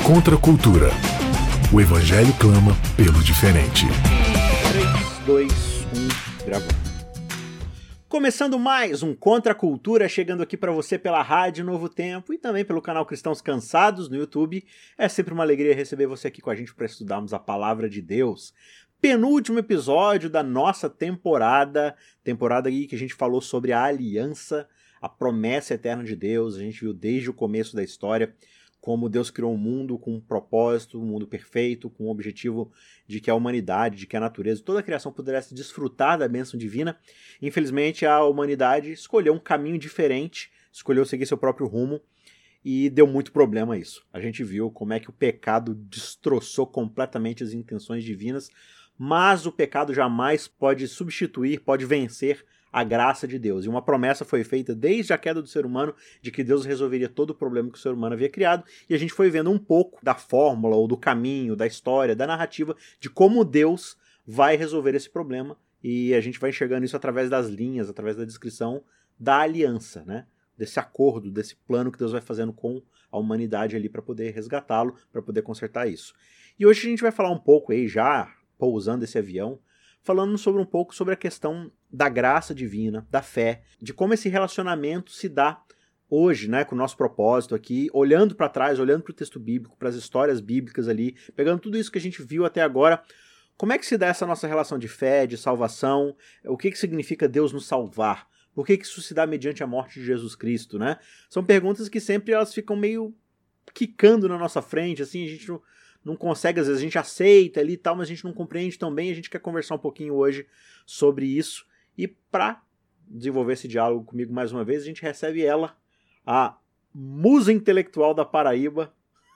Contra a cultura. O Evangelho clama pelo diferente. 3, 2, 1, gravou. Começando mais um Contra a Cultura, chegando aqui para você pela Rádio Novo Tempo e também pelo canal Cristãos Cansados no YouTube. É sempre uma alegria receber você aqui com a gente para estudarmos a Palavra de Deus. Penúltimo episódio da nossa temporada aí que a gente falou sobre a aliança, a promessa eterna de Deus. A gente viu desde o começo da história como Deus criou um mundo com um propósito, um mundo perfeito, com o objetivo de que a humanidade, de que a natureza, toda a criação pudesse desfrutar da bênção divina. Infelizmente, a humanidade escolheu um caminho diferente, escolheu seguir seu próprio rumo e deu muito problema isso. A gente viu como é que o pecado destroçou completamente as intenções divinas, mas o pecado jamais pode substituir, pode vencer a graça de Deus. E uma promessa foi feita desde a queda do ser humano de que Deus resolveria todo o problema que o ser humano havia criado, e a gente foi vendo um pouco da fórmula, ou do caminho, da história, da narrativa, de como Deus vai resolver esse problema, e a gente vai enxergando isso através das linhas, através da descrição da aliança, né? Desse acordo, desse plano que Deus vai fazendo com a humanidade ali para poder resgatá-lo, para poder consertar isso. E hoje a gente vai falar um pouco aí, já pousando esse avião, falando um pouco sobre a questão da graça divina, da fé, de como esse relacionamento se dá hoje, né, com o nosso propósito aqui, olhando para trás, olhando para o texto bíblico, para as histórias bíblicas ali, pegando tudo isso que a gente viu até agora. Como é que se dá essa nossa relação de fé, de salvação? O que significa Deus nos salvar? Por que isso se dá mediante a morte de Jesus Cristo, né? São perguntas que sempre elas ficam meio quicando na nossa frente, assim, a gente não consegue, às vezes a gente aceita ali e tal, mas a gente não compreende tão bem, a gente quer conversar um pouquinho hoje sobre isso. E para desenvolver esse diálogo comigo mais uma vez, a gente recebe ela, a musa intelectual da Paraíba,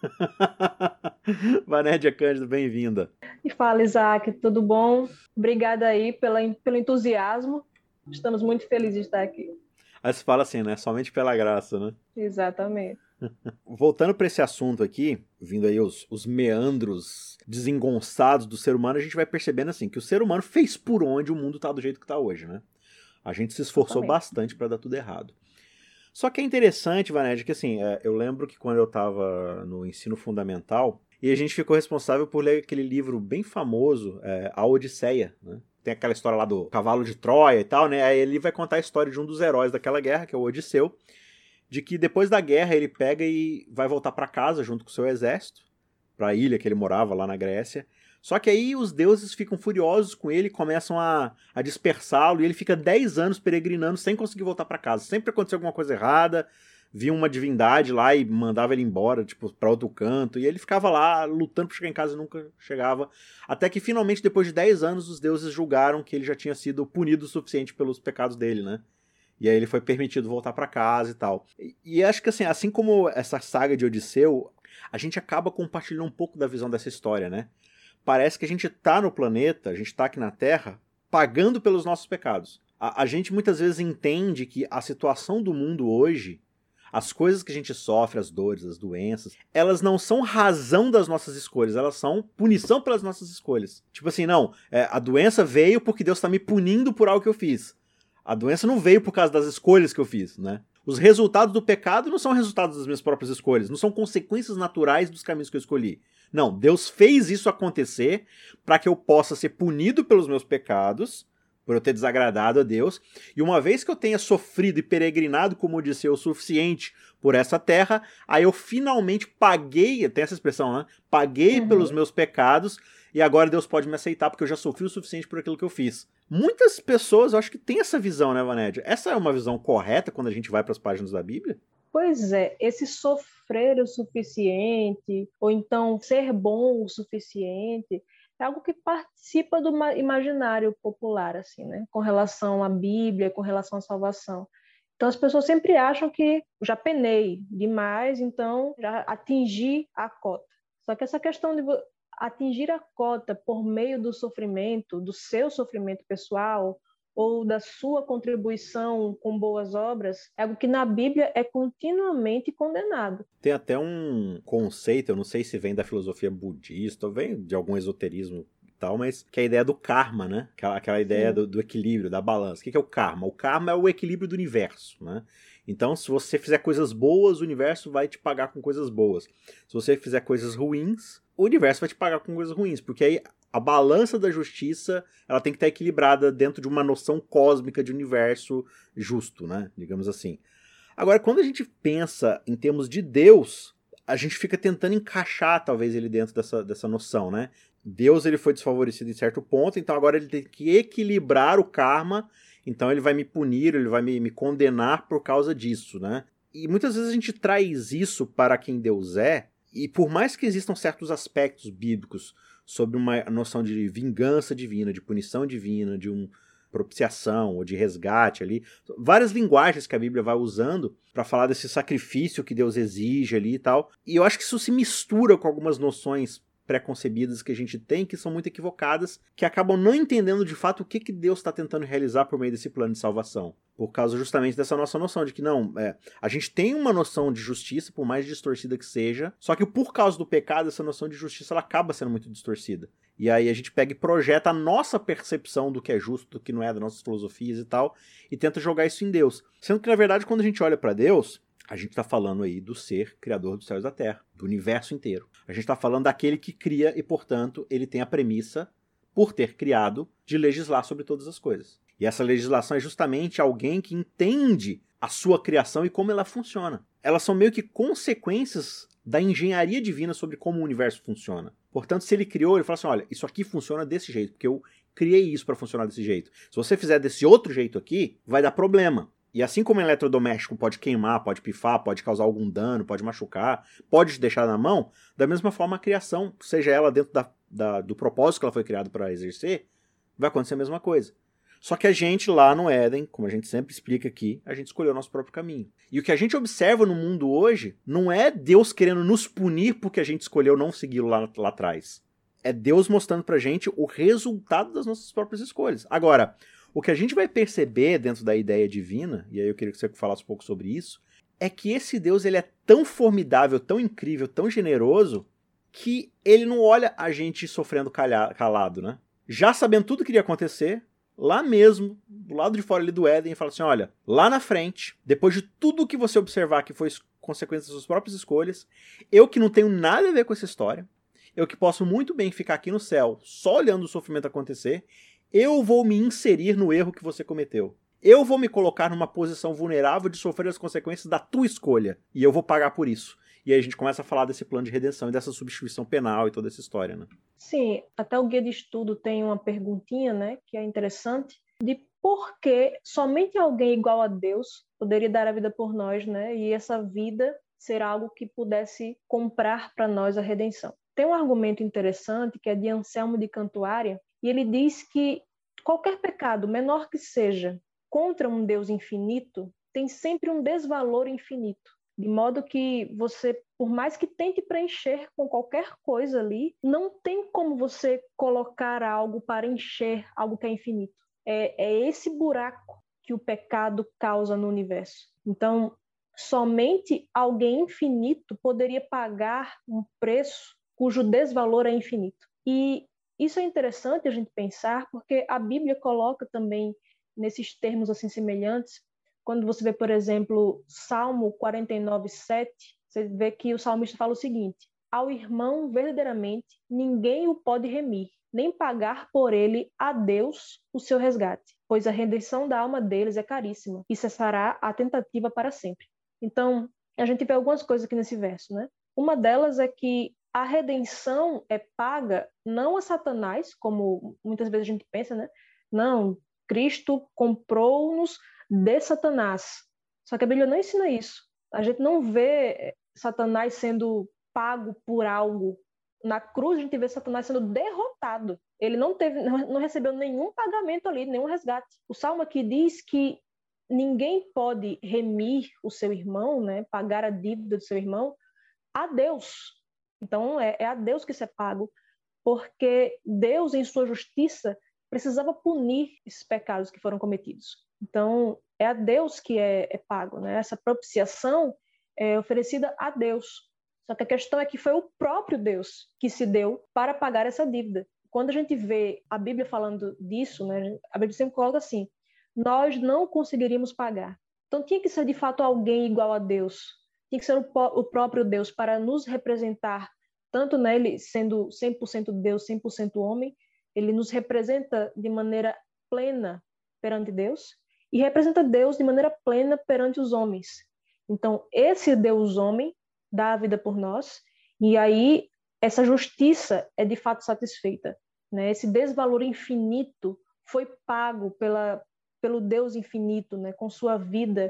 Vanédia Cândido, bem-vinda. E fala, Isaac, tudo bom? Obrigada aí pelo entusiasmo, estamos muito felizes de estar aqui. Aí você fala assim, né? Somente pela graça, né? Exatamente. Voltando para esse assunto aqui, vindo aí os meandros desengonçados do ser humano, a gente vai percebendo assim que o ser humano fez por onde o mundo está do jeito que está hoje, né? A gente se esforçou bastante para dar tudo errado. Só que é interessante, Vanédia, que assim, eu lembro que quando eu estava no ensino fundamental, e a gente ficou responsável por ler aquele livro bem famoso, A Odisseia, né? Tem aquela história lá do cavalo de Troia e tal, né? Aí ele vai contar a história de um dos heróis daquela guerra, que é o Odisseu, de que depois da guerra ele pega e vai voltar para casa junto com o seu exército, para a ilha que ele morava lá na Grécia. Só que aí os deuses ficam furiosos com ele, começam a dispersá-lo, e ele fica 10 anos peregrinando sem conseguir voltar para casa. Sempre aconteceu alguma coisa errada, via uma divindade lá e mandava ele embora, tipo, para outro canto, e ele ficava lá lutando para chegar em casa e nunca chegava. Até que finalmente, depois de 10 anos, os deuses julgaram que ele já tinha sido punido o suficiente pelos pecados dele, né? E aí ele foi permitido voltar para casa e tal. E acho que assim como essa saga de Odisseu, a gente acaba compartilhando um pouco da visão dessa história, né? Parece que a gente tá no planeta, a gente tá aqui na Terra, pagando pelos nossos pecados. A gente muitas vezes entende que a situação do mundo hoje, as coisas que a gente sofre, as dores, as doenças, elas não são razão das nossas escolhas, elas são punição pelas nossas escolhas. Tipo assim, não, a doença veio porque Deus tá me punindo por algo que eu fiz. A doença não veio por causa das escolhas que eu fiz, né? Os resultados do pecado não são resultados das minhas próprias escolhas, não são consequências naturais dos caminhos que eu escolhi. Não, Deus fez isso acontecer para que eu possa ser punido pelos meus pecados, por eu ter desagradado a Deus, e uma vez que eu tenha sofrido e peregrinado, como eu disse, o suficiente por essa terra, aí eu finalmente paguei, tem essa expressão, né? Paguei pelos meus pecados, e agora Deus pode me aceitar porque eu já sofri o suficiente por aquilo que eu fiz. Muitas pessoas, eu acho que tem essa visão, né, Vanédia? Essa é uma visão correta quando a gente vai para as páginas da Bíblia? Pois é, esse sofrer o suficiente, ou então ser bom o suficiente, é algo que participa do imaginário popular, assim, né? Com relação à Bíblia, com relação à salvação. Então as pessoas sempre acham que já penei demais, então já atingi a cota. Só que essa questão de atingir a cota por meio do sofrimento, do seu sofrimento pessoal, ou da sua contribuição com boas obras, é algo que na Bíblia é continuamente condenado. Tem até um conceito, eu não sei se vem da filosofia budista ou vem de algum esoterismo tal, mas que é a ideia do karma, né? Aquela ideia do equilíbrio, da balança. O que é o karma? O karma é o equilíbrio do universo, né? Então, se você fizer coisas boas, o universo vai te pagar com coisas boas. Se você fizer coisas ruins, o universo vai te pagar com coisas ruins, porque aí a balança da justiça, ela tem que estar equilibrada dentro de uma noção cósmica de universo justo, né? Digamos assim. Agora, quando a gente pensa em termos de Deus, a gente fica tentando encaixar, talvez, ele dentro dessa noção, né? Deus, ele foi desfavorecido em certo ponto, então agora ele tem que equilibrar o karma, então ele vai me punir, ele vai me condenar por causa disso, né? E muitas vezes a gente traz isso para quem Deus é, e por mais que existam certos aspectos bíblicos sobre uma noção de vingança divina, de punição divina, de propiciação ou de resgate ali, várias linguagens que a Bíblia vai usando para falar desse sacrifício que Deus exige ali e tal, e eu acho que isso se mistura com algumas noções pré-concebidas que a gente tem, que são muito equivocadas, que acabam não entendendo de fato o que Deus está tentando realizar por meio desse plano de salvação. Por causa justamente dessa nossa noção de que não, a gente tem uma noção de justiça, por mais distorcida que seja, só que por causa do pecado, essa noção de justiça ela acaba sendo muito distorcida. E aí a gente pega e projeta a nossa percepção do que é justo, do que não é, das nossas filosofias e tal, e tenta jogar isso em Deus. Sendo que, na verdade, quando a gente olha para Deus, a gente está falando aí do ser criador dos céus e da terra, do universo inteiro. A gente está falando daquele que cria e, portanto, ele tem a premissa, por ter criado, de legislar sobre todas as coisas. E essa legislação é justamente alguém que entende a sua criação e como ela funciona. Elas são meio que consequências da engenharia divina sobre como o universo funciona. Portanto, se ele criou, ele fala assim, olha, isso aqui funciona desse jeito, porque eu criei isso para funcionar desse jeito. Se você fizer desse outro jeito aqui, vai dar problema. E assim como o eletrodoméstico pode queimar, pode pifar, pode causar algum dano, pode machucar, pode te deixar na mão, da mesma forma a criação, seja ela dentro do propósito que ela foi criada para exercer, vai acontecer a mesma coisa. Só que a gente lá no Éden, como a gente sempre explica aqui, a gente escolheu o nosso próprio caminho. E o que a gente observa no mundo hoje não é Deus querendo nos punir porque a gente escolheu não segui-lo lá atrás. É Deus mostrando pra gente o resultado das nossas próprias escolhas. Agora, o que a gente vai perceber dentro da ideia divina, e aí eu queria que você falasse um pouco sobre isso, é que esse Deus ele é tão formidável, tão incrível, tão generoso, que ele não olha a gente sofrendo calado, né? Já sabendo tudo o que iria acontecer, lá mesmo, do lado de fora ali do Éden, e fala assim, olha, lá na frente, depois de tudo que você observar que foi consequência das suas próprias escolhas, eu que não tenho nada a ver com essa história, eu que posso muito bem ficar aqui no céu, só olhando o sofrimento acontecer, eu vou me inserir no erro que você cometeu. Eu vou me colocar numa posição vulnerável de sofrer as consequências da tua escolha, e eu vou pagar por isso. E aí a gente começa a falar desse plano de redenção e dessa substituição penal e toda essa história, né? Sim, até o guia de estudo tem uma perguntinha, né, que é interessante, de por que somente alguém igual a Deus poderia dar a vida por nós, né, e essa vida ser algo que pudesse comprar para nós a redenção. Tem um argumento interessante que é de Anselmo de Cantuária, e ele diz que qualquer pecado, menor que seja, contra um Deus infinito, tem sempre um desvalor infinito. De modo que você, por mais que tente preencher com qualquer coisa ali, não tem como você colocar algo para encher algo que é infinito. É esse buraco que o pecado causa no universo. Então, somente alguém infinito poderia pagar um preço cujo desvalor é infinito. E isso é interessante a gente pensar, porque a Bíblia coloca também nesses termos assim semelhantes. Quando você vê, por exemplo, Salmo 49:7, você vê que o salmista fala o seguinte: ao irmão verdadeiramente ninguém o pode remir, nem pagar por ele a Deus o seu resgate, pois a redenção da alma deles é caríssima e cessará a tentativa para sempre. Então, a gente vê algumas coisas aqui nesse verso, né? Uma delas é que a redenção é paga não a Satanás, como muitas vezes a gente pensa, né? Não, Cristo comprou-nos de Satanás. Só que a Bíblia não ensina isso. A gente não vê Satanás sendo pago por algo. Na cruz a gente vê Satanás sendo derrotado. Ele não recebeu nenhum pagamento ali, nenhum resgate. O Salmo aqui diz que ninguém pode remir o seu irmão, né, pagar a dívida do seu irmão, a Deus. Então é a Deus que isso é pago, porque Deus, em sua justiça, precisava punir esses pecados que foram cometidos. Então, é a Deus que é pago, né? Essa propiciação é oferecida a Deus. Só que a questão é que foi o próprio Deus que se deu para pagar essa dívida. quando a gente vê a Bíblia falando disso, né, a Bíblia sempre coloca assim, nós não conseguiríamos pagar. Então tinha que ser de fato alguém igual a Deus, tinha que ser o próprio Deus para nos representar, tanto nele sendo 100% Deus, 100% homem, ele nos representa de maneira plena perante Deus e representa Deus de maneira plena perante os homens. Então, esse Deus homem dá a vida por nós e aí essa justiça é de fato satisfeita, né? Esse desvalor infinito foi pago pelo Deus infinito, né? Com sua vida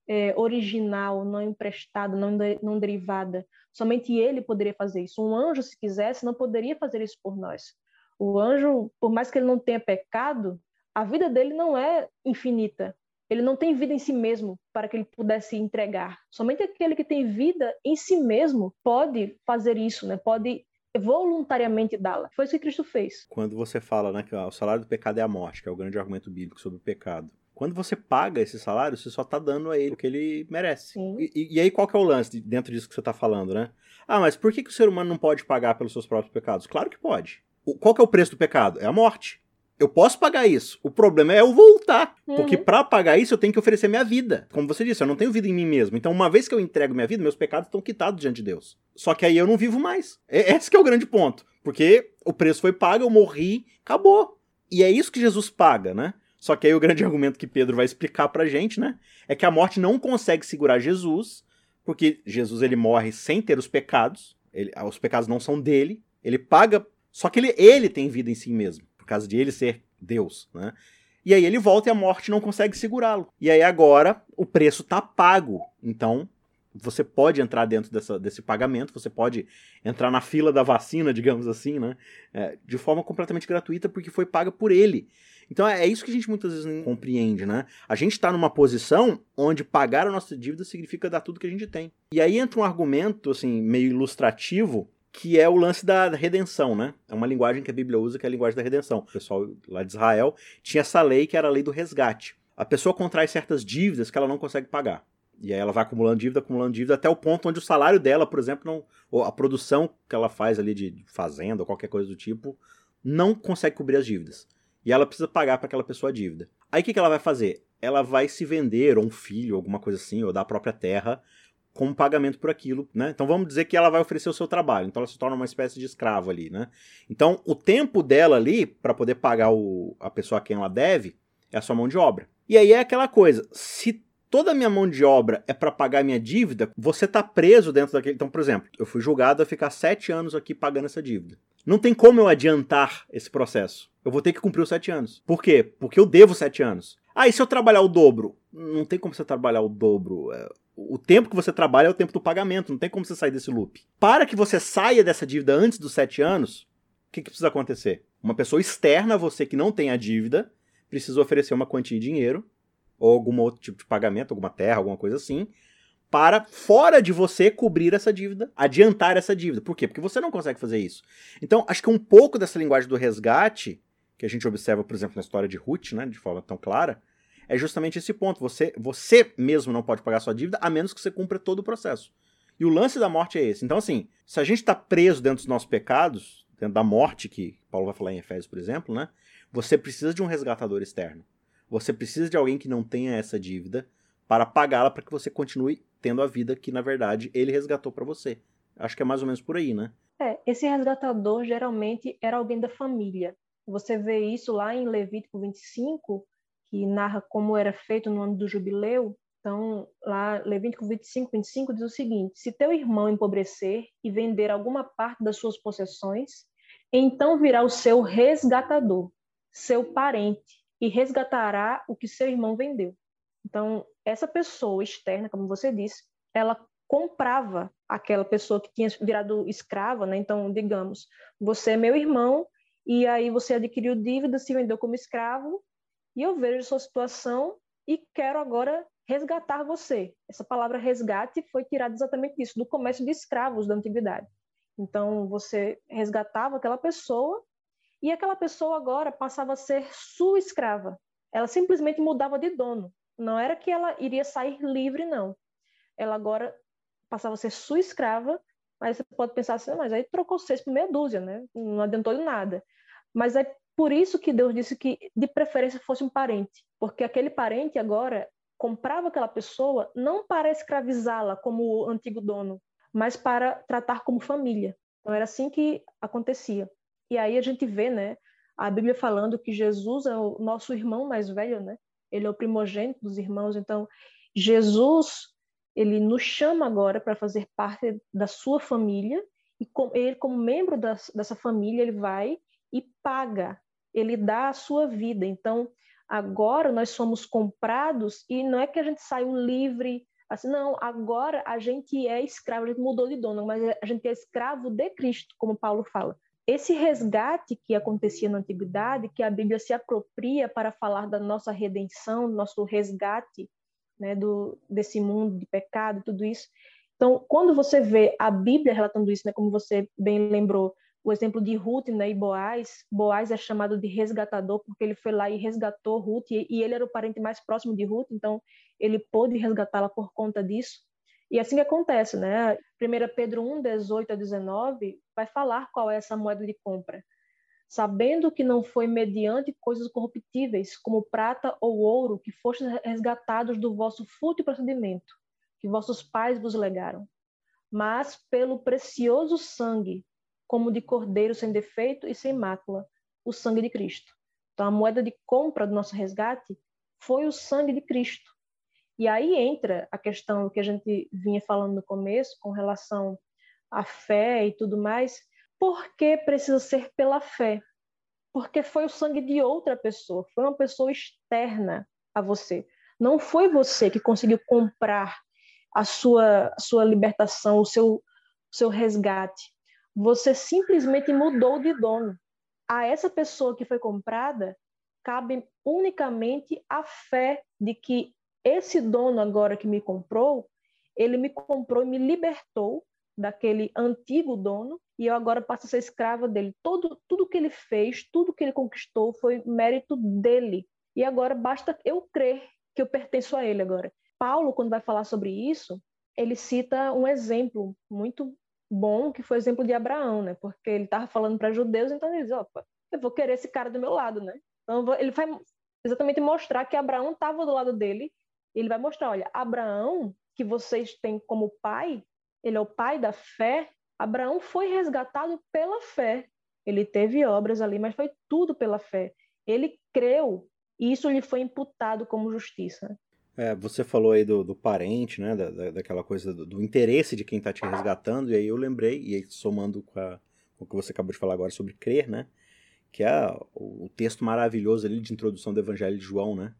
original, não emprestada, não derivada. Somente ele poderia fazer isso. Um anjo, se quisesse, não poderia fazer isso por nós. O anjo, por mais que ele não tenha pecado, a vida dele não é infinita. Ele não tem vida em si mesmo para que ele pudesse entregar. Somente aquele que tem vida em si mesmo pode fazer isso, né? Pode voluntariamente dá-la. Foi isso que Cristo fez. Quando você fala, né, que o salário do pecado é a morte, que é o grande argumento bíblico sobre o pecado. Quando você paga esse salário, você só está dando a ele o que ele merece. E aí qual que é o lance dentro disso que você está falando, né? Ah, mas por que o ser humano não pode pagar pelos seus próprios pecados? Claro que pode. Qual que é o preço do pecado? É a morte. Eu posso pagar isso. O problema é eu voltar. Porque para pagar isso eu tenho que oferecer minha vida. Como você disse, eu não tenho vida em mim mesmo. Então uma vez que eu entrego minha vida, meus pecados estão quitados diante de Deus. Só que aí eu não vivo mais. Esse que é o grande ponto. Porque o preço foi pago, eu morri, acabou. E é isso que Jesus paga, né? Só que aí o grande argumento que Pedro vai explicar pra gente, né? É que a morte não consegue segurar Jesus, porque Jesus ele morre sem ter os pecados. Os pecados não são dele. Ele paga, só que ele tem vida em si mesmo. Por causa de ele ser Deus, né? E aí ele volta e a morte não consegue segurá-lo. E aí agora o preço tá pago. Então você pode entrar dentro desse pagamento, você pode entrar na fila da vacina, digamos assim, né? De forma completamente gratuita, porque foi paga por ele. Então é isso que a gente muitas vezes não compreende, né? A gente está numa posição onde pagar a nossa dívida significa dar tudo que a gente tem. E aí entra um argumento, assim, meio ilustrativo, que é o lance da redenção, né? É uma linguagem que a Bíblia usa, que é a linguagem da redenção. O pessoal lá de Israel tinha essa lei que era a lei do resgate. A pessoa contrai certas dívidas que ela não consegue pagar. E aí ela vai acumulando dívida, até o ponto onde o salário dela, por exemplo, ou a produção que ela faz ali de fazenda ou qualquer coisa do tipo, não consegue cobrir as dívidas. E ela precisa pagar para aquela pessoa a dívida. Aí o que ela vai fazer? Ela vai se vender, ou um filho, alguma coisa assim, ou dar a própria terra, como pagamento por aquilo, né? Então vamos dizer que ela vai oferecer o seu trabalho. Então ela se torna uma espécie de escravo ali, né? Então o tempo dela ali, para poder pagar a pessoa a quem ela deve, é a sua mão de obra. E aí é aquela coisa, se toda a minha mão de obra é para pagar a minha dívida, você tá preso dentro daquele... Então, por exemplo, eu fui julgado a ficar 7 anos aqui pagando essa dívida. Não tem como eu adiantar esse processo. Eu vou ter que cumprir os 7 anos. Por quê? Porque eu devo 7 anos. Ah, e se eu trabalhar o dobro? Não tem como você trabalhar o dobro. O tempo que você trabalha é o tempo do pagamento. Não tem como você sair desse loop. Para que você saia dessa dívida antes dos 7 anos, o que precisa acontecer? Uma pessoa externa a você que não tem a dívida precisa oferecer uma quantia de dinheiro ou algum outro tipo de pagamento, alguma terra, alguma coisa assim, para, fora de você, cobrir essa dívida, adiantar essa dívida. Por quê? Porque você não consegue fazer isso. Então, acho que um pouco dessa linguagem do resgate, que a gente observa, por exemplo, na história de Ruth, né, de forma tão clara, é justamente esse ponto. Você mesmo não pode pagar sua dívida, a menos que você cumpra todo o processo. E o lance da morte é esse. Então, assim, se a gente está preso dentro dos nossos pecados, dentro da morte, que Paulo vai falar em Efésios, por exemplo, né, você precisa de um resgatador externo. Você precisa de alguém que não tenha essa dívida para pagá-la para que você continue tendo a vida que, na verdade, ele resgatou para você. Acho que é mais ou menos por aí, né? Esse resgatador geralmente era alguém da família. Você vê isso lá em Levítico 25, que narra como era feito no ano do jubileu. Então, lá, Levítico 25 diz o seguinte: se teu irmão empobrecer e vender alguma parte das suas possessões, então virá o seu resgatador, seu parente, e resgatará o que seu irmão vendeu. Então, essa pessoa externa, como você disse, ela comprava aquela pessoa que tinha virado escrava, né? Então, digamos, você é meu irmão e aí você adquiriu dívida, se vendeu como escravo e eu vejo a sua situação e quero agora resgatar você. Essa palavra resgate foi tirada exatamente disso, do comércio de escravos da antiguidade. Então, você resgatava aquela pessoa e aquela pessoa agora passava a ser sua escrava. Ela simplesmente mudava de dono. Não era que ela iria sair livre, não. Ela agora passava a ser sua escrava, mas você pode pensar assim, mas aí trocou 6 por meia dúzia, né? Não adiantou de nada. Mas é por isso que Deus disse que, de preferência, fosse um parente. Porque aquele parente agora comprava aquela pessoa não para escravizá-la como o antigo dono, mas para tratar como família. Então era assim que acontecia. E aí a gente vê, né, a Bíblia falando que Jesus é o nosso irmão mais velho, né? Ele é o primogênito dos irmãos. Então Jesus, ele nos chama agora para fazer parte da sua família, e ele, como membro dessa família, ele vai e paga, ele dá a sua vida. Então agora nós somos comprados, e não é que a gente saiu livre, assim, não, agora a gente é escravo, a gente mudou de dono, mas a gente é escravo de Cristo, como Paulo fala. Esse resgate que acontecia na antiguidade, que a Bíblia se apropria para falar da nossa redenção, nosso resgate, né, desse mundo de pecado, tudo isso. Então, quando você vê a Bíblia relatando isso, né, como você bem lembrou, o exemplo de Ruth, né, e Boaz é chamado de resgatador porque ele foi lá e resgatou Ruth, e ele era o parente mais próximo de Ruth, então ele pôde resgatá-la por conta disso. E assim que acontece, né? 1 Pedro 1, 18 a 19, vai falar qual é essa moeda de compra. Sabendo que não foi mediante coisas corruptíveis, como prata ou ouro, que fostes resgatados do vosso fútil procedimento, que vossos pais vos legaram, mas pelo precioso sangue, como de cordeiro sem defeito e sem mácula, o sangue de Cristo. Então, a moeda de compra do nosso resgate foi o sangue de Cristo. E aí entra a questão que a gente vinha falando no começo, com relação à fé e tudo mais. Por que precisa ser pela fé? Porque foi o sangue de outra pessoa, foi uma pessoa externa a você. Não foi você que conseguiu comprar a sua libertação, o seu resgate. Você simplesmente mudou de dono. A essa pessoa que foi comprada, cabe unicamente a fé de que esse dono agora que me comprou, ele me comprou e me libertou daquele antigo dono, e eu agora passo a ser escrava dele. Tudo que ele fez, tudo que ele conquistou foi mérito dele. E agora basta eu crer que eu pertenço a ele agora. Paulo, quando vai falar sobre isso, ele cita um exemplo muito bom, que foi o exemplo de Abraão, né? Porque ele estava falando para judeus, então ele diz, opa, eu vou querer esse cara do meu lado, né? Então ele vai exatamente mostrar que Abraão estava do lado dele. Ele vai mostrar, olha, Abraão, que vocês têm como pai, ele é o pai da fé. Abraão foi resgatado pela fé. Ele teve obras ali, mas foi tudo pela fé. Ele creu, e isso lhe foi imputado como justiça. Você falou aí do parente, né, daquela coisa do interesse de quem está te resgatando, e aí eu lembrei, e aí somando com o que você acabou de falar agora sobre crer, né, que é o texto maravilhoso ali de introdução do Evangelho de João, né,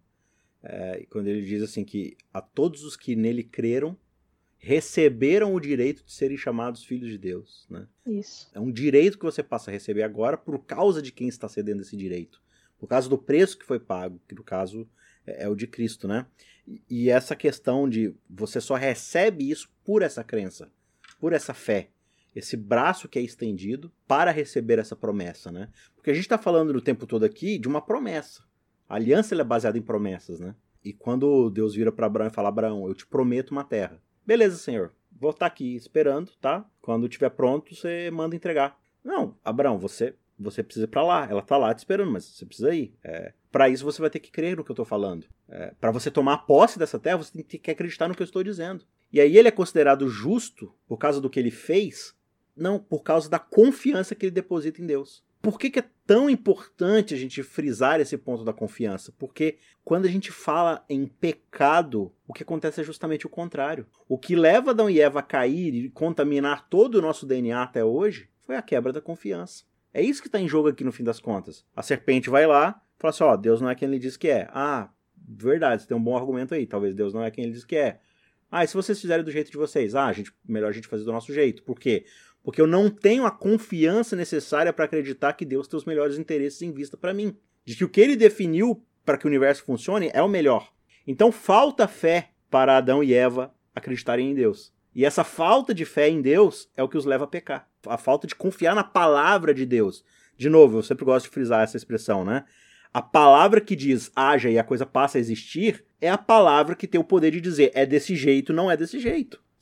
quando ele diz assim que a todos os que nele creram, receberam o direito de serem chamados filhos de Deus, né? Isso. É um direito que você passa a receber agora por causa de quem está cedendo esse direito, por causa do preço que foi pago, que no caso é o de Cristo, né? E essa questão de você só recebe isso por essa crença, por essa fé, esse braço que é estendido para receber essa promessa, né? Porque a gente está falando no tempo todo aqui de uma promessa. A aliança ela é baseada em promessas, né? E quando Deus vira para Abraão e fala, Abraão, eu te prometo uma terra. Beleza, Senhor, vou estar aqui esperando, tá? Quando estiver pronto, você manda entregar. Não, Abraão, você precisa ir para lá. Ela tá lá te esperando, mas você precisa ir. Para isso você vai ter que crer no que eu estou falando. Para você tomar posse dessa terra, você tem que acreditar no que eu estou dizendo. E aí ele é considerado justo por causa do que ele fez, não por causa da confiança que ele deposita em Deus. Por que é tão importante a gente frisar esse ponto da confiança? Porque quando a gente fala em pecado, o que acontece é justamente o contrário. O que leva Adão e Eva a cair e contaminar todo o nosso DNA até hoje foi a quebra da confiança. É isso que está em jogo aqui no fim das contas. A serpente vai lá e fala assim, ó, Deus não é quem ele diz que é. Ah, verdade, você tem um bom argumento aí. Talvez Deus não é quem ele diz que é. Ah, e se vocês fizerem do jeito de vocês? Ah, melhor a gente fazer do nosso jeito. Por quê? Porque eu não tenho a confiança necessária para acreditar que Deus tem os melhores interesses em vista para mim. De que o que ele definiu para que o universo funcione é o melhor. Então falta fé para Adão e Eva acreditarem em Deus. E essa falta de fé em Deus é o que os leva a pecar. A falta de confiar na palavra de Deus. De novo, eu sempre gosto de frisar essa expressão, né? A palavra que diz haja e a coisa passa a existir é a palavra que tem o poder de dizer é desse jeito, não é desse jeito.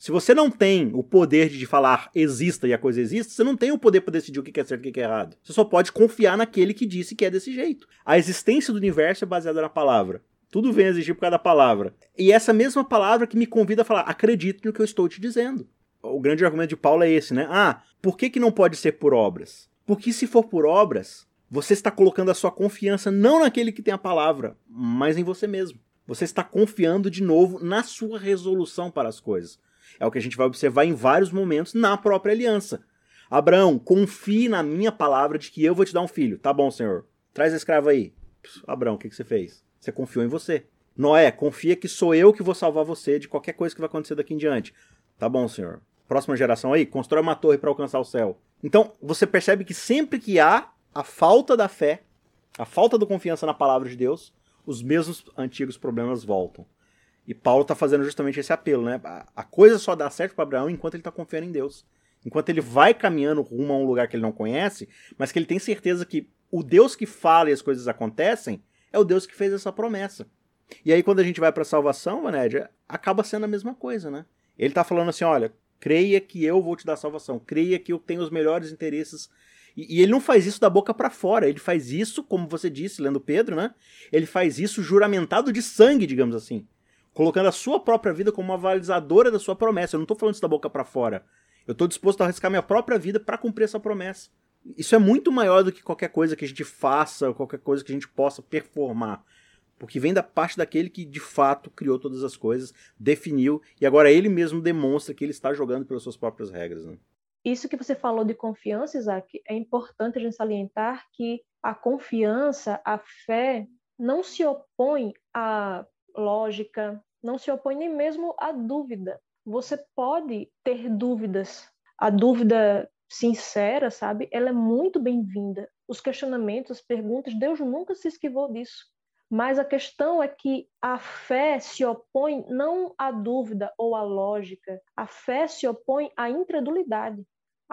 Se você não tem o poder de falar exista e a coisa existe, você não tem o poder para decidir o que é certo e o que é errado. Você só pode confiar naquele que disse que é desse jeito. A existência do universo é baseada na palavra. Tudo vem a existir por causa da palavra. E essa mesma palavra que me convida a falar, acredite no que eu estou te dizendo. O grande argumento de Paulo é esse, né? Por que não pode ser por obras? Porque se for por obras, você está colocando a sua confiança não naquele que tem a palavra, mas em você mesmo. Você está confiando de novo na sua resolução para as coisas. É o que a gente vai observar em vários momentos na própria aliança. Abraão, confie na minha palavra de que eu vou te dar um filho. Tá bom, Senhor. Traz a escrava aí. Abraão, o que você fez? Você confiou em você. Noé, confia que sou eu que vou salvar você de qualquer coisa que vai acontecer daqui em diante. Tá bom, Senhor. Próxima geração aí, constrói uma torre para alcançar o céu. Então, você percebe que sempre que há a falta da fé, a falta da confiança na palavra de Deus, os mesmos antigos problemas voltam. E Paulo está fazendo justamente esse apelo, né? A coisa só dá certo para Abraão enquanto ele está confiando em Deus. Enquanto ele vai caminhando rumo a um lugar que ele não conhece, mas que ele tem certeza que o Deus que fala e as coisas acontecem é o Deus que fez essa promessa. E aí quando a gente vai para a salvação, Vanédia, acaba sendo a mesma coisa, né? Ele está falando assim, olha, creia que eu vou te dar salvação, creia que eu tenho os melhores interesses. E ele não faz isso da boca para fora, ele faz isso, como você disse, lendo Pedro, né? Ele faz isso juramentado de sangue, digamos assim. Colocando a sua própria vida como uma avalizadora da sua promessa. Eu não estou falando isso da boca para fora. Eu estou disposto a arriscar minha própria vida para cumprir essa promessa. Isso é muito maior do que qualquer coisa que a gente faça, qualquer coisa que a gente possa performar. Porque vem da parte daquele que de fato criou todas as coisas, definiu, e agora ele mesmo demonstra que ele está jogando pelas suas próprias regras, né? Isso que você falou de confiança, Isaac, é importante a gente salientar que a confiança, a fé, não se opõe à lógica, não se opõe nem mesmo à dúvida. Você pode ter dúvidas. A dúvida sincera, sabe? Ela é muito bem-vinda. Os questionamentos, as perguntas, Deus nunca se esquivou disso. Mas a questão é que a fé se opõe não à dúvida ou à lógica. A fé se opõe à incredulidade.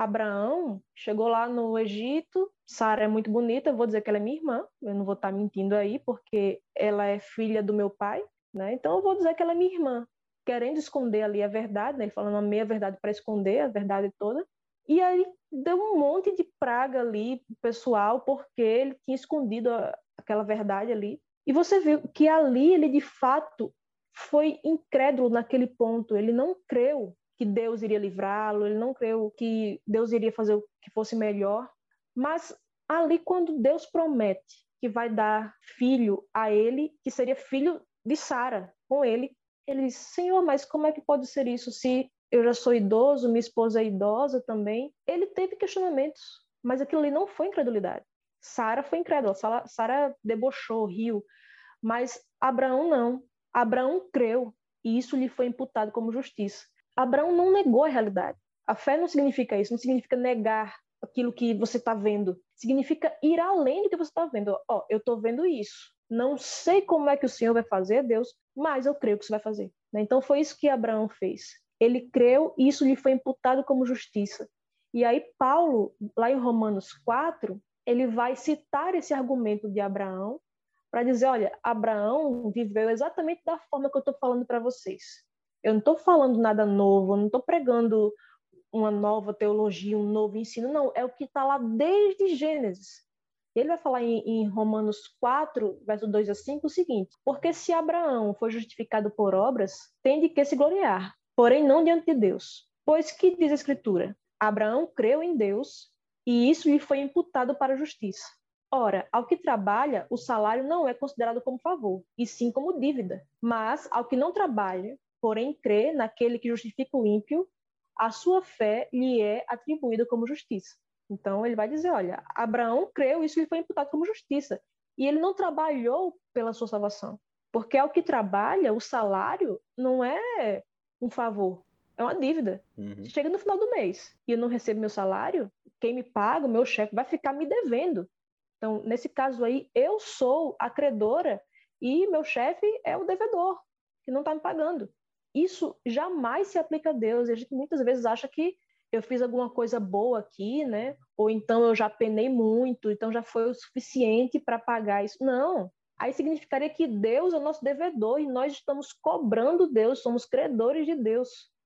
Abraão chegou lá no Egito, Sara é muito bonita, eu vou dizer que ela é minha irmã, eu não vou estar mentindo aí, porque ela é filha do meu pai, né? Então eu vou dizer que ela é minha irmã, querendo esconder ali a verdade, né? Ele falando uma meia-verdade para esconder a verdade toda, e aí deu um monte de praga ali pro pessoal, porque ele tinha escondido aquela verdade ali, e você viu que ali ele de fato foi incrédulo naquele ponto, ele não creu que Deus iria livrá-lo, ele não creu que Deus iria fazer o que fosse melhor. Mas ali, quando Deus promete que vai dar filho a ele, que seria filho de Sara, com ele, ele diz, Senhor, mas como é que pode ser isso se eu já sou idoso, minha esposa é idosa também? Ele teve questionamentos, mas aquilo ali não foi incredulidade. Sara foi incrédula, Sara debochou, riu, mas Abraão não. Abraão creu e isso lhe foi imputado como justiça. Abraão não negou a realidade. A fé não significa isso, não significa negar aquilo que você está vendo. Significa ir além do que você está vendo. Eu estou vendo isso. Não sei como é que o Senhor vai fazer, Deus, mas eu creio que você vai fazer. Então foi isso que Abraão fez. Ele creu e isso lhe foi imputado como justiça. E aí Paulo, lá em Romanos 4, ele vai citar esse argumento de Abraão para dizer, olha, Abraão viveu exatamente da forma que eu estou falando para vocês. Eu não estou falando nada novo, eu não estou pregando uma nova teologia, um novo ensino, não. É o que está lá desde Gênesis. Ele vai falar em Romanos 4, verso 2 a 5, o seguinte, porque se Abraão foi justificado por obras, tem de que se gloriar, porém não diante de Deus. Pois que diz a Escritura? Abraão creu em Deus e isso lhe foi imputado para a justiça. Ora, ao que trabalha, o salário não é considerado como favor, e sim como dívida. Mas ao que não trabalha, porém crê naquele que justifica o ímpio, a sua fé lhe é atribuída como justiça. Então ele vai dizer, olha, Abraão creu, isso lhe foi imputado como justiça. E ele não trabalhou pela sua salvação. Porque ao que trabalha, o salário não é um favor, é uma dívida. Chega no final do mês e eu não recebo meu salário, quem me paga, o meu chefe, vai ficar me devendo. Então, nesse caso aí, eu sou a credora e meu chefe é o devedor, que não está me pagando. Isso jamais se aplica a Deus. A gente muitas vezes acha que eu fiz alguma coisa boa aqui, né? Ou então eu já penei muito, então já foi o suficiente para pagar isso. Não. Aí significaria que Deus é o nosso devedor e nós estamos cobrando Deus, somos credores de Deus.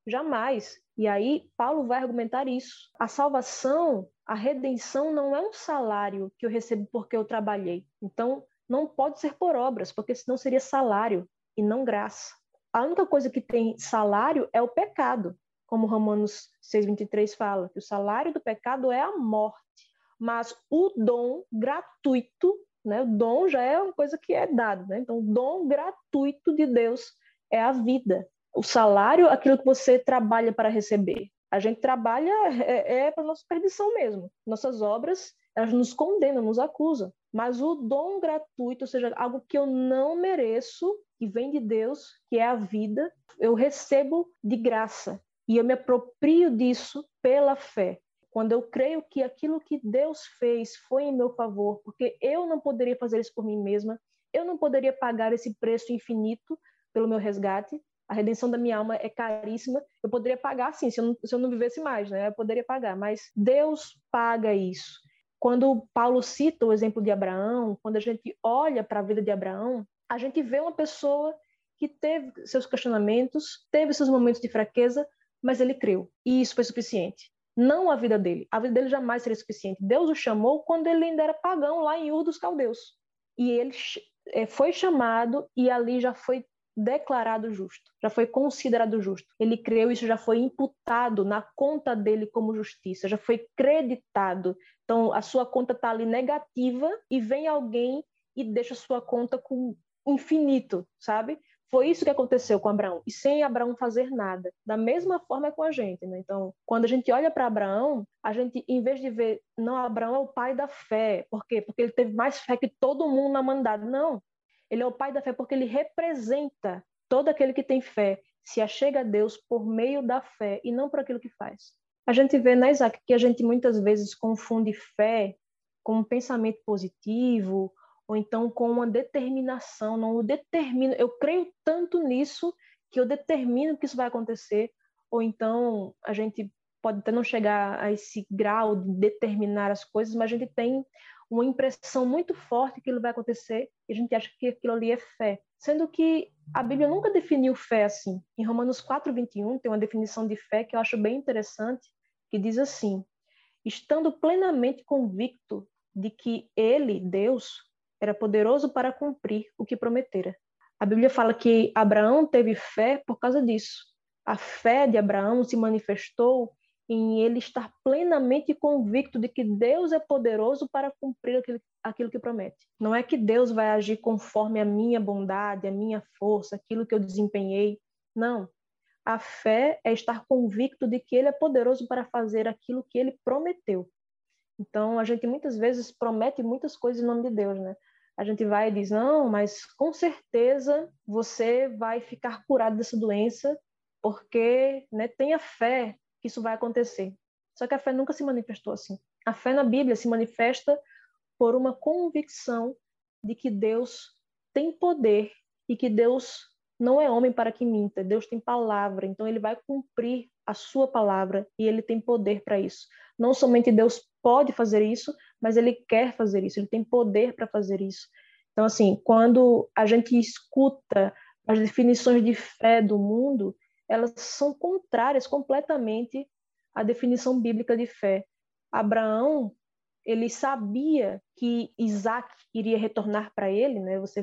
Jamais. E aí, Paulo vai argumentar isso. A salvação, a redenção não é um salário que eu recebo porque eu trabalhei. Então, não pode ser por obras, porque senão seria salário e não graça. A única coisa que tem salário é o pecado, como Romanos 6,23 fala, que o salário do pecado é a morte. Mas o dom gratuito, né? O dom já é uma coisa que é dado, né? Então, o dom gratuito de Deus é a vida. O salário, aquilo que você trabalha para receber. A gente trabalha para nossa perdição mesmo. Nossas obras, elas nos condenam, nos acusam. Mas o dom gratuito, ou seja, algo que eu não mereço, que vem de Deus, que é a vida, eu recebo de graça. E eu me aproprio disso pela fé. Quando eu creio que aquilo que Deus fez foi em meu favor, porque eu não poderia fazer isso por mim mesma, eu não poderia pagar esse preço infinito pelo meu resgate, a redenção da minha alma é caríssima, eu poderia pagar sim, se eu não vivesse mais, né? Eu poderia pagar, mas Deus paga isso. Quando Paulo cita o exemplo de Abraão, quando a gente olha para a vida de Abraão, a gente vê uma pessoa que teve seus questionamentos, teve seus momentos de fraqueza, mas ele creu, e isso foi suficiente. Não a vida dele jamais seria suficiente. Deus o chamou quando ele ainda era pagão, lá em Ur dos Caldeus. E ele foi chamado e ali já foi declarado justo, já foi considerado justo. Ele creu, isso já foi imputado na conta dele como justiça, já foi creditado. Então, a sua conta está ali negativa e vem alguém e deixa a sua conta com infinito, sabe? Foi isso que aconteceu com Abraão, e sem Abraão fazer nada. Da mesma forma com a gente, né? Então, quando a gente olha para Abraão, a gente, em vez de ver, não, Abraão é o pai da fé. Por quê? Porque ele teve mais fé que todo mundo na humanidade. Não. Ele é o pai da fé porque ele representa todo aquele que tem fé, se achega a Deus por meio da fé e não por aquilo que faz. A gente vê, né, Isaac, que a gente muitas vezes confunde fé com um pensamento positivo, ou então com uma determinação. Não, eu determino, eu creio tanto nisso que eu determino que isso vai acontecer, ou então a gente pode até não chegar a esse grau de determinar as coisas, mas a gente tem uma impressão muito forte que aquilo vai acontecer e a gente acha que aquilo ali é fé. Sendo que a Bíblia nunca definiu fé assim. Em Romanos 4,21 tem uma definição de fé que eu acho bem interessante, que diz assim: estando plenamente convicto de que ele, Deus, era poderoso para cumprir o que prometera. A Bíblia fala que Abraão teve fé por causa disso. A fé de Abraão se manifestou em ele estar plenamente convicto de que Deus é poderoso para cumprir aquilo que promete. Não é que Deus vai agir conforme a minha bondade, a minha força, aquilo que eu desempenhei. Não. A fé é estar convicto de que ele é poderoso para fazer aquilo que ele prometeu. Então, a gente muitas vezes promete muitas coisas em nome de Deus, né? A gente vai e diz, não, mas com certeza você vai ficar curado dessa doença porque, né, tenha fé que isso vai acontecer. Só que a fé nunca se manifestou assim. A fé na Bíblia se manifesta por uma convicção de que Deus tem poder e que Deus não é homem para que minta. Deus tem palavra, então ele vai cumprir a sua palavra e ele tem poder para isso. Não somente Deus pode fazer isso, mas ele quer fazer isso, ele tem poder para fazer isso. Então, assim, quando a gente escuta as definições de fé do mundo, elas são contrárias completamente à definição bíblica de fé. Abraão, ele sabia que Isaac iria retornar para ele, né? Você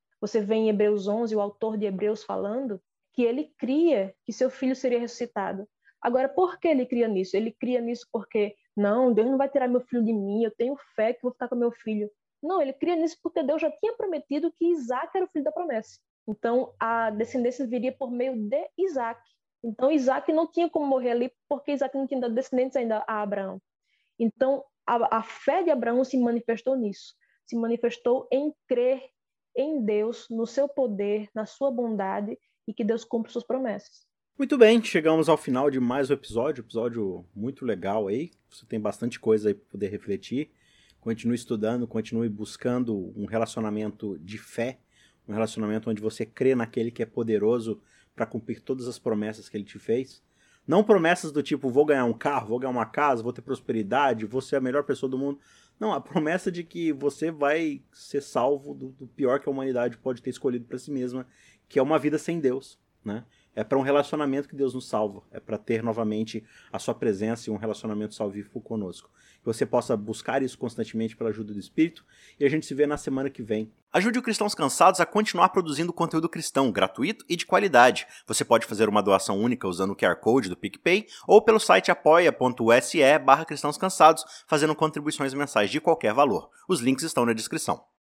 vê em Hebreus 11, o autor de Hebreus falando que ele cria que seu filho seria ressuscitado. Agora, por que ele cria nisso? Ele cria nisso porque, não, Deus não vai tirar meu filho de mim, eu tenho fé que vou ficar com meu filho. Não, ele cria nisso porque Deus já tinha prometido que Isaac era o filho da promessa. Então, a descendência viria por meio de Isaac. Então, Isaac não tinha como morrer ali porque Isaac não tinha dado descendentes ainda a Abraão. Então, a fé de Abraão se manifestou nisso. Se manifestou em crer em Deus, no seu poder, na sua bondade e que Deus cumpre suas promessas. Muito bem, chegamos ao final de mais um episódio muito legal aí. Você tem bastante coisa aí para poder refletir. Continue estudando, continue buscando um relacionamento de fé, um relacionamento onde você crê naquele que é poderoso para cumprir todas as promessas que ele te fez. Não promessas do tipo, vou ganhar um carro, vou ganhar uma casa, vou ter prosperidade, vou ser a melhor pessoa do mundo. Não, a promessa de que você vai ser salvo do pior que a humanidade pode ter escolhido para si mesma, que é uma vida sem Deus, né? É para um relacionamento que Deus nos salva. É para ter novamente a sua presença e um relacionamento salvífico conosco. Que você possa buscar isso constantemente pela ajuda do Espírito. E a gente se vê na semana que vem. Ajude o Cristãos Cansados a continuar produzindo conteúdo cristão, gratuito e de qualidade. Você pode fazer uma doação única usando o QR Code do PicPay ou pelo site apoia.se/cristãoscansados, fazendo contribuições mensais de qualquer valor. Os links estão na descrição.